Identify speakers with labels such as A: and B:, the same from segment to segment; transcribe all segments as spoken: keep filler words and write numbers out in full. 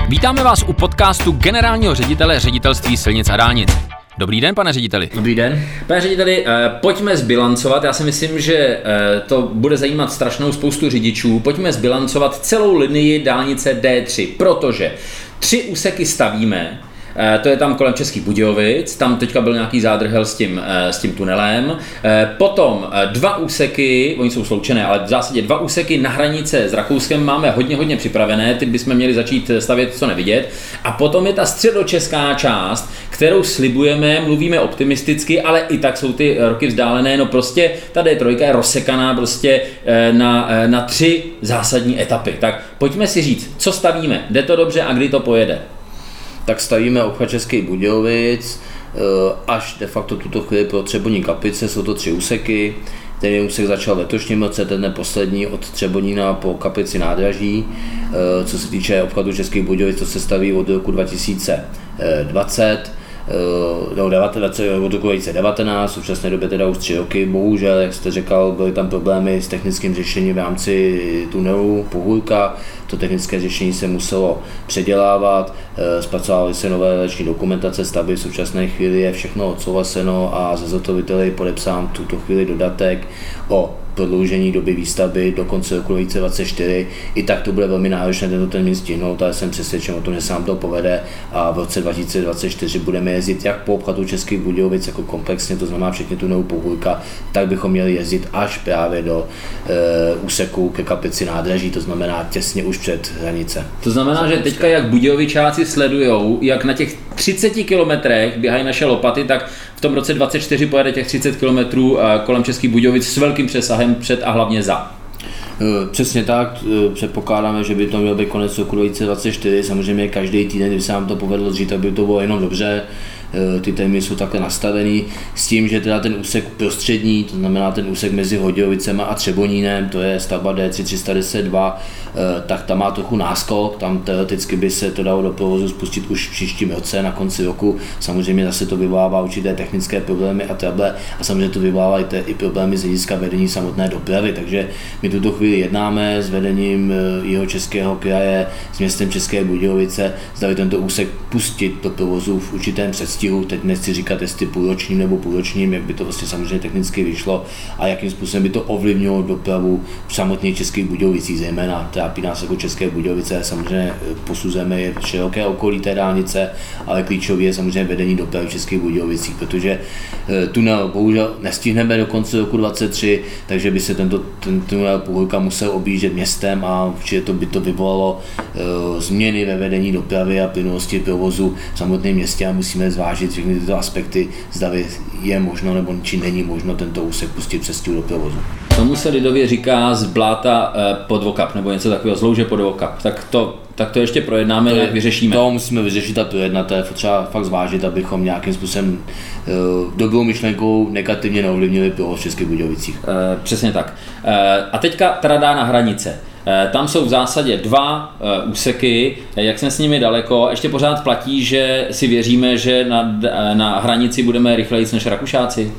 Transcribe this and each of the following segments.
A: Vítáme vás u podcastu generálního ředitele Ředitelství silnic a dálnic. Dobrý den, pane řediteli.
B: Dobrý den.
A: Pane řediteli, eh, pojďme zbilancovat. Já si myslím, že eh, to bude zajímat strašnou spoustu řidičů. Pojďme zbilancovat celou linii dálnice D tři, protože tři úseky stavíme. To je tam kolem Českých Budějovic, tam teďka byl nějaký zádrhel s tím, s tím tunelem. Potom dva úseky, oni jsou sloučené, ale v zásadě dva úseky na hranice s Rakouskem máme hodně, hodně připravené, ty bychom měli začít stavět co nevidět. A potom je ta středočeská část, kterou slibujeme, mluvíme optimisticky, ale i tak jsou ty roky vzdálené, no prostě ta D tři je rozsekaná prostě na, na tři zásadní etapy. Tak pojďme si říct, co stavíme, jde to dobře a kdy to pojede.
B: Tak stavíme obchvat Českých Budějovic až de facto tuto chvíli pro Třebonín Kaplice, jsou to tři úseky. Ten úsek začal v letošním roce, ten je poslední od Třebonína po Kaplici nádraží. Co se týče obchvatu Českých Budějovic, to se staví od roku dva tisíce dvacet. No, od roku dva tisíce devatenáct, v současné době teda už tři roky, bohužel, jak jste říkal, byly tam problémy s technickým řešením v rámci tunelu Pohůrka, to technické řešení se muselo předělávat, zpracovávaly se nové leční dokumentace, stavby v současné chvíli je všechno odsouhlaseno a ze zhotoviteli podepsán v tuto chvíli dodatek o prodloužení doby výstavby do konce roku dva tisíce dvacet čtyři. I tak to bude velmi náročné tento termín stihnout, ale jsem přesvědčen o tom, že se nám to povede a v roce dva tisíce dvacet čtyři budeme jezdit jak po obchvatu Českých Budějovic jako komplexně, to znamená včetně tunelu Pohůrka, tak bychom měli jezdit až právě do e, úseku ke Kaplici nádraží, to znamená těsně už před hranice.
A: To znamená, že teďka jak Budějovičáci sledujou, jak na těch třiceti kilometrech běhají naše lopaty, tak v tom roce dvacet čtyři pojede těch třicet kilometrů kolem Českých Budějovic s velkým přesahem před a hlavně za.
B: Přesně tak, předpokládáme, že by to měl být konec roku dva tisíce dvacet čtyři, samozřejmě každý týden, kdyby se nám to povedlo dřív, tak by to bylo jenom dobře. Ty termíny jsou takhle nastavený s tím, že teda ten úsek prostřední, to znamená ten úsek mezi Hodějovicema a Třebonínem, to je stavba D tři tři set deset dva, tak tam má trochu náskok, tam teoreticky by se to dalo do provozu spustit už v příštím roce na konci roku. Samozřejmě zase to vyvolává určité technické problémy a trable a samozřejmě to vyvolává i problémy z hlediska vedení samotné dopravy, takže my tuto chvíli jednáme s vedením Jihočeského kraje, s městem České Budějovice, zda tento úsek pustit do provozu v určitém předstihu. Teď nechci říkat, jestli půlročním nebo půlročním, jak by to vlastně samozřejmě technicky vyšlo a jakým způsobem by to ovlivnilo dopravu v samotných Českých Budějovicích, zejména trápí nás jako České Budějovice, samozřejmě posuzujeme je široké okolí té dálnice, ale klíčový je samozřejmě vedení dopravy v Českých Budějovicích, protože tunel bohužel nestihneme do konce roku dvacet tři, takže by se tento ten tunel Pohůrka musel objíždět městem a určitě to by to vyvolalo uh, změny ve vedení dopravy a plynulosti provozu v samotném městě a musíme zvážit všechny tyto aspekty, zda je možno nebo či není možno tento úsek pustit přes do provozu.
A: Tomu se lidově říká z bláta eh, pod vokap, nebo něco takového, z louže pod vokap. Tak to, tak to ještě projednáme, to, vyřešíme.
B: To musíme vyřešit a projednat, to je třeba fakt zvážit, abychom nějakým způsobem eh, dobrou myšlenkou negativně neovlivnili provoz v Českých Budějovicích.
A: Eh, přesně tak. Eh, a teďka teda na hranice. Tam jsou v zásadě dva úseky, jak jsme s nimi daleko, ještě pořád platí, že si věříme, že na, na hranici budeme rychleji než Rakušáci?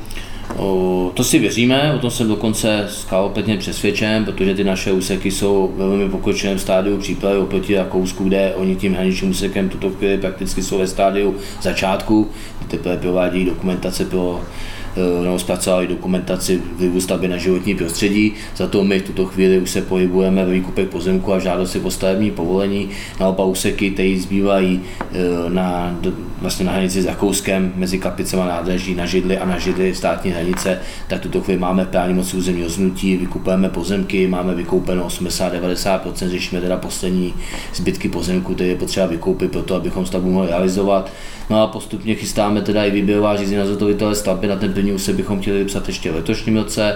B: O, to si věříme, o tom jsem dokonce skálopětně přesvědčen, protože ty naše úseky jsou ve velmi pokročilém stádiu přípravy oproti Rakousku, kde oni tím hraničním úsekem tuto chvíli prakticky jsou ve stádiu začátku, teprve provádí dokumentace pro nebo zpracovali dokumentaci vlivu stavby na životní prostředí. Za to my v tuto chvíli už se pohybujeme ve výkupech pozemku a žádosti o stavební povolení. Naopak úseky, které zbývají na, vlastně na hranici s Rakouskem mezi Kaplicema nádraží na Židli a na Židli státní hranice, tak tuto chvíli máme právní moci územního rozhodnutí, vykupujeme pozemky, máme vykoupeno osmdesát až devadesát procent, řešíme teda poslední zbytky pozemku, které je potřeba vykoupit pro to, abychom stavbu mohli realizovat. No a postupně chystáme teda i výběrová řízení na zhotovitele stavby, na ten první úsek bychom chtěli vypsat ještě v letošním roce.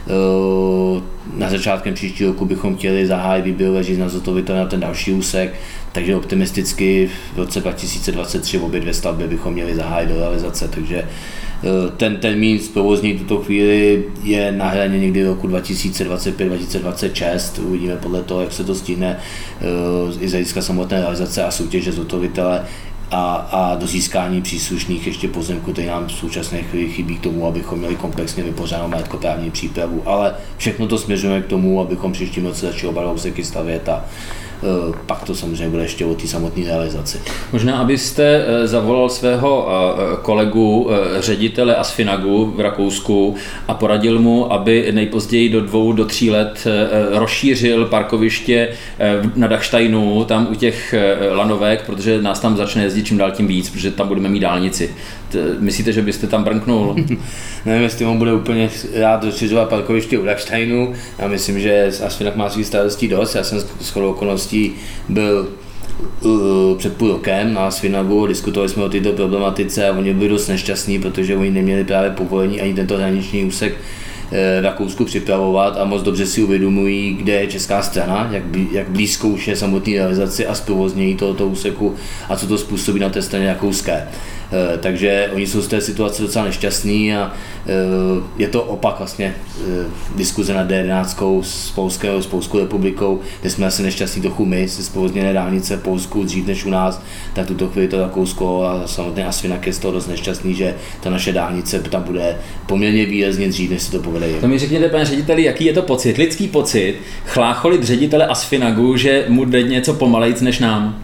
B: Na začátkem příštího roku bychom chtěli zahájit výběrové řízení na zhotovitele na ten další úsek, takže optimisticky v roce dva tisíce dvacet tři obě dvě stavby bychom měli zahájit do realizace, takže ten termín zprovozní tuto chvíli je na hraně někdy roku dva tisíce dvacet pět dva tisíce dvacet šest, uvidíme podle toho, jak se to stihne i z hlediska samotné realizace a soutěže zhotovitele. A, a do získání příslušných ještě pozemků, které nám v současné chvíli chybí k tomu, abychom měli komplexně vypořádanou majetkoprávní přípravu. Ale všechno to směřuje k tomu, abychom příštím roce začali oba úseky stavět a pak to samozřejmě bude ještě o té samotné realizaci.
A: Možná, abyste zavolal svého kolegu, ředitele Asfinagu v Rakousku a poradil mu, aby nejpozději do dvou, do tří let rozšířil parkoviště na Dachsteinu, tam u těch lanovek, protože nás tam začne jezdit čím dál tím víc, protože tam budeme mít dálnici. Myslíte, že byste tam brnknul?
B: Nevím, jestli on bude úplně rád rozšiřovat parkoviště u Dachsteinu. Já myslím, že Asfinag má svých starostí dost. Já jsem shodou okolností byl uh, před půl rokem na Asfinagu, diskutovali jsme o této problematice a oni byli dost nešťastní, protože oni neměli právě povolení ani tento hraniční úsek v Rakousku připravovat a moc dobře si uvědomují, kde je česká strana, jak, blí, jak blízko už je samotné realizaci a zprovoznění tohoto úseku a co to způsobí na té straně rakouské. Takže oni jsou z té situace docela nešťastní a je to opak vlastně diskuze na D jedenáct s Polskou, s Polskou republikou, kde jsme asi nešťastní trochu my, se zprovozněné dálnice v Polsku dřív než u nás, tak tuto chvíli to Rakousko a samotný Asfinag je z toho dost nešťastný, že ta naše dálnice tam bude poměrně výrazně dřív, než se to povede.
A: To mi řekněte, pane řediteli, jaký je to pocit, lidský pocit, chlácholit ředitele Asfinagu, že mu jde něco pomalejc než nám?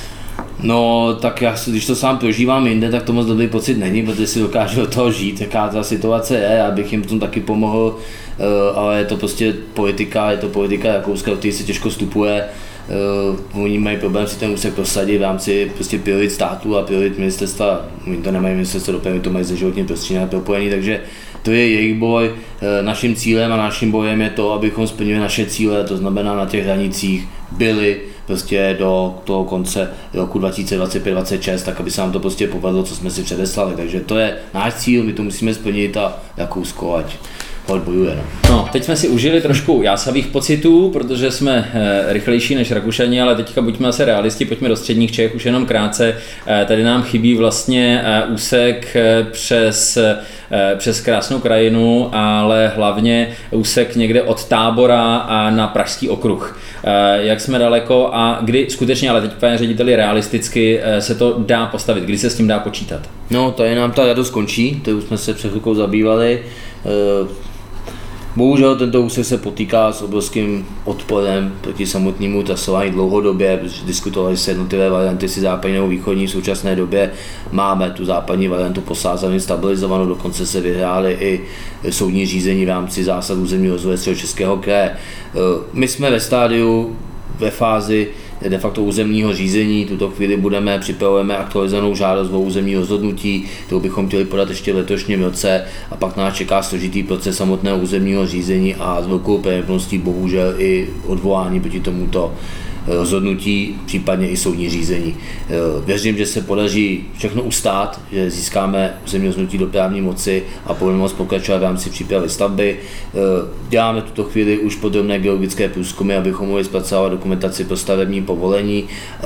B: No, tak já, když to sám prožívám jinde, tak to moc dobrý pocit není, protože si dokážu od toho žít, jaká ta situace je, abych jim v tom taky pomohl, ale je to prostě politika, je to politika Rakouska, který se těžko vstupuje. Uh, oni mají problém si ten úsek prosadit v rámci prostě priorit státu a priorit ministerstva, oni to nemají ministerstvo dopravy, to mají ze životní prostředí propojení, takže to je jejich boj. Uh, naším cílem a naším bojem je to, abychom splnili naše cíle, to znamená na těch hranicích byli prostě do toho konce roku dva tisíce dvacet pět dvacet šest, tak aby se nám to prostě povedlo, co jsme si předeslali, takže to je náš cíl, my to musíme splnit a Rakousko ať bojuje. No.
A: no, teď jsme si užili trošku jásavých pocitů, protože jsme e, rychlejší než Rakušani, ale teďka buďme asi realisti, pojďme do středních Čech, už jenom krátce. E, tady nám chybí vlastně e, úsek e, přes, e, přes krásnou krajinu, ale hlavně úsek někde od Tábora a na Pražský okruh. E, jak jsme daleko a kdy skutečně, ale teď pane řediteli, realisticky e, se to dá postavit, kdy se s tím dá počítat?
B: No, tady nám ta radost končí, to už jsme se před chvilkou zabývali. E, Bohužel tento úsek se potýká s obrovským odporem proti samotnému trasování dlouhodobě, protože diskutovali se jednotlivé varianty, si západní nebo východní. V současné době máme tu západní variantu posázanou, stabilizovanou, dokonce se vyhrály i soudní řízení v rámci zásad územního rozvoje Středočeského kraje. My jsme ve stádiu, ve fázi de facto územního řízení. Tuto chvíli budeme, připravujeme aktualizovanou žádost o územní rozhodnutí, kterou bychom chtěli podat ještě v letošním roce a pak nás čeká složitý proces samotného územního řízení a s velkou pravděpodobností bohužel i odvolání proti tomuto rozhodnutí, případně i soudní řízení. Věřím, že se podaří všechno ustát, že získáme územní rozhodnutí do právní moci a budeme moct pokračovat v rámci přípravy stavby. Děláme tuto chvíli už podrobné geologické průzkumy, abychom mohli zpracovat dokumentaci pro stavební povolení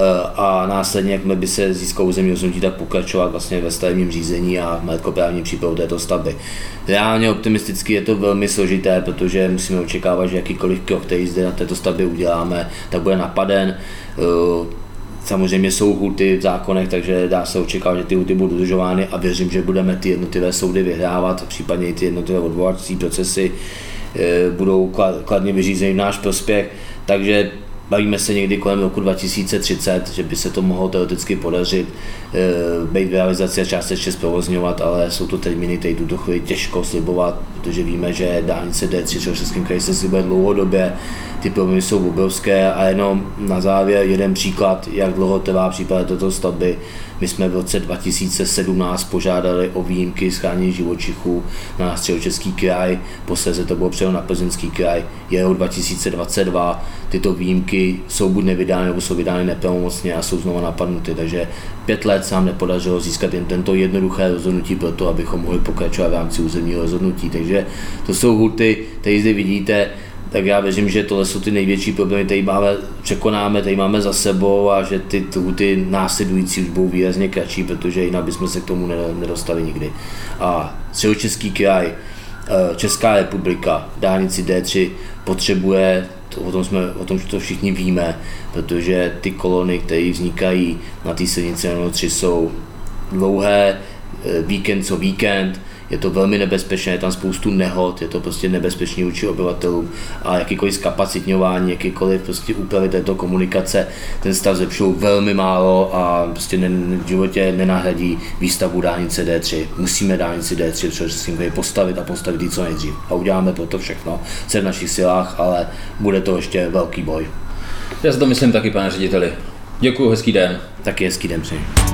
B: a následně, jakmile by se získalo územní rozhodnutí, tak pokračovat vlastně ve stavebním řízení a majetkoprávní přípravu této stavby. Reálně optimisticky je to velmi složité, protože musíme očekávat, že jakýkoliv krok, který zde na této stavbě uděláme, tak bude napaden. Samozřejmě jsou lhůty v zákonech, takže dá se očekávat, že ty lhůty budou dodržovány a věřím, že budeme ty jednotlivé soudy vyhrávat, případně i ty jednotlivé odvolací procesy budou kladně vyřízeny v náš prospěch. Takže bavíme se někdy kolem roku dva tisíce třicet, že by se to mohlo teoreticky podařit, být v realizaci a částečně zprovozňovat, ale jsou to termíny, které tuto chvíli těžko slibovat, protože víme, že dálnice D tři v Středočeském kraji se slibuje dlouhodobě, ty problémy jsou obrovské a jenom na závěr jeden příklad, jak dlouho trvá případ této stavby. My jsme v roce dva tisíce sedmnáct požádali o výjimky z chránění živočichů na Středočeský kraj, posledně to bylo přijel na Plzeňský kraj. Je rok dva tisíce dvacet dva, tyto výjimky jsou buď nevydány, nebo jsou vydány nepravomocně a jsou znovu napadnuty, takže pět let se nám nepodařilo získat jen tento jednoduché rozhodnutí pro to, abychom mohli pokračovat v rámci územního rozhodnutí. Takže to jsou huty, které zde vidíte, tak já věřím, že tohle jsou ty největší problémy, které máme, překonáme, které máme za sebou a že ty huty následující už budou výrazně kratší, protože jinak bychom se k tomu nedostali nikdy. A Středočeský kraj, Česká republika, dálnici D tři potřebuje, o tom, jsme, o tom to všichni víme, protože ty kolony, které vznikají na té silnici N tři, jsou dlouhé, víkend co víkend, je to velmi nebezpečné, je tam spoustu nehod, je to prostě nebezpečný vůči obyvatelům a jakýkoliv zkapacitňování, jakýkoliv prostě úpravy této komunikace, ten stav zlepšují velmi málo a prostě ne, v životě nenahradí výstavbu dálnice D tři. Musíme dálnici D tři především postavit a postavit ji co nejdřív. A uděláme pro to všechno, co je v našich silách, ale bude to ještě velký boj.
A: Já si to myslím taky, pane řediteli. Děkuju, hezký den.
B: Taky hezký den přeji.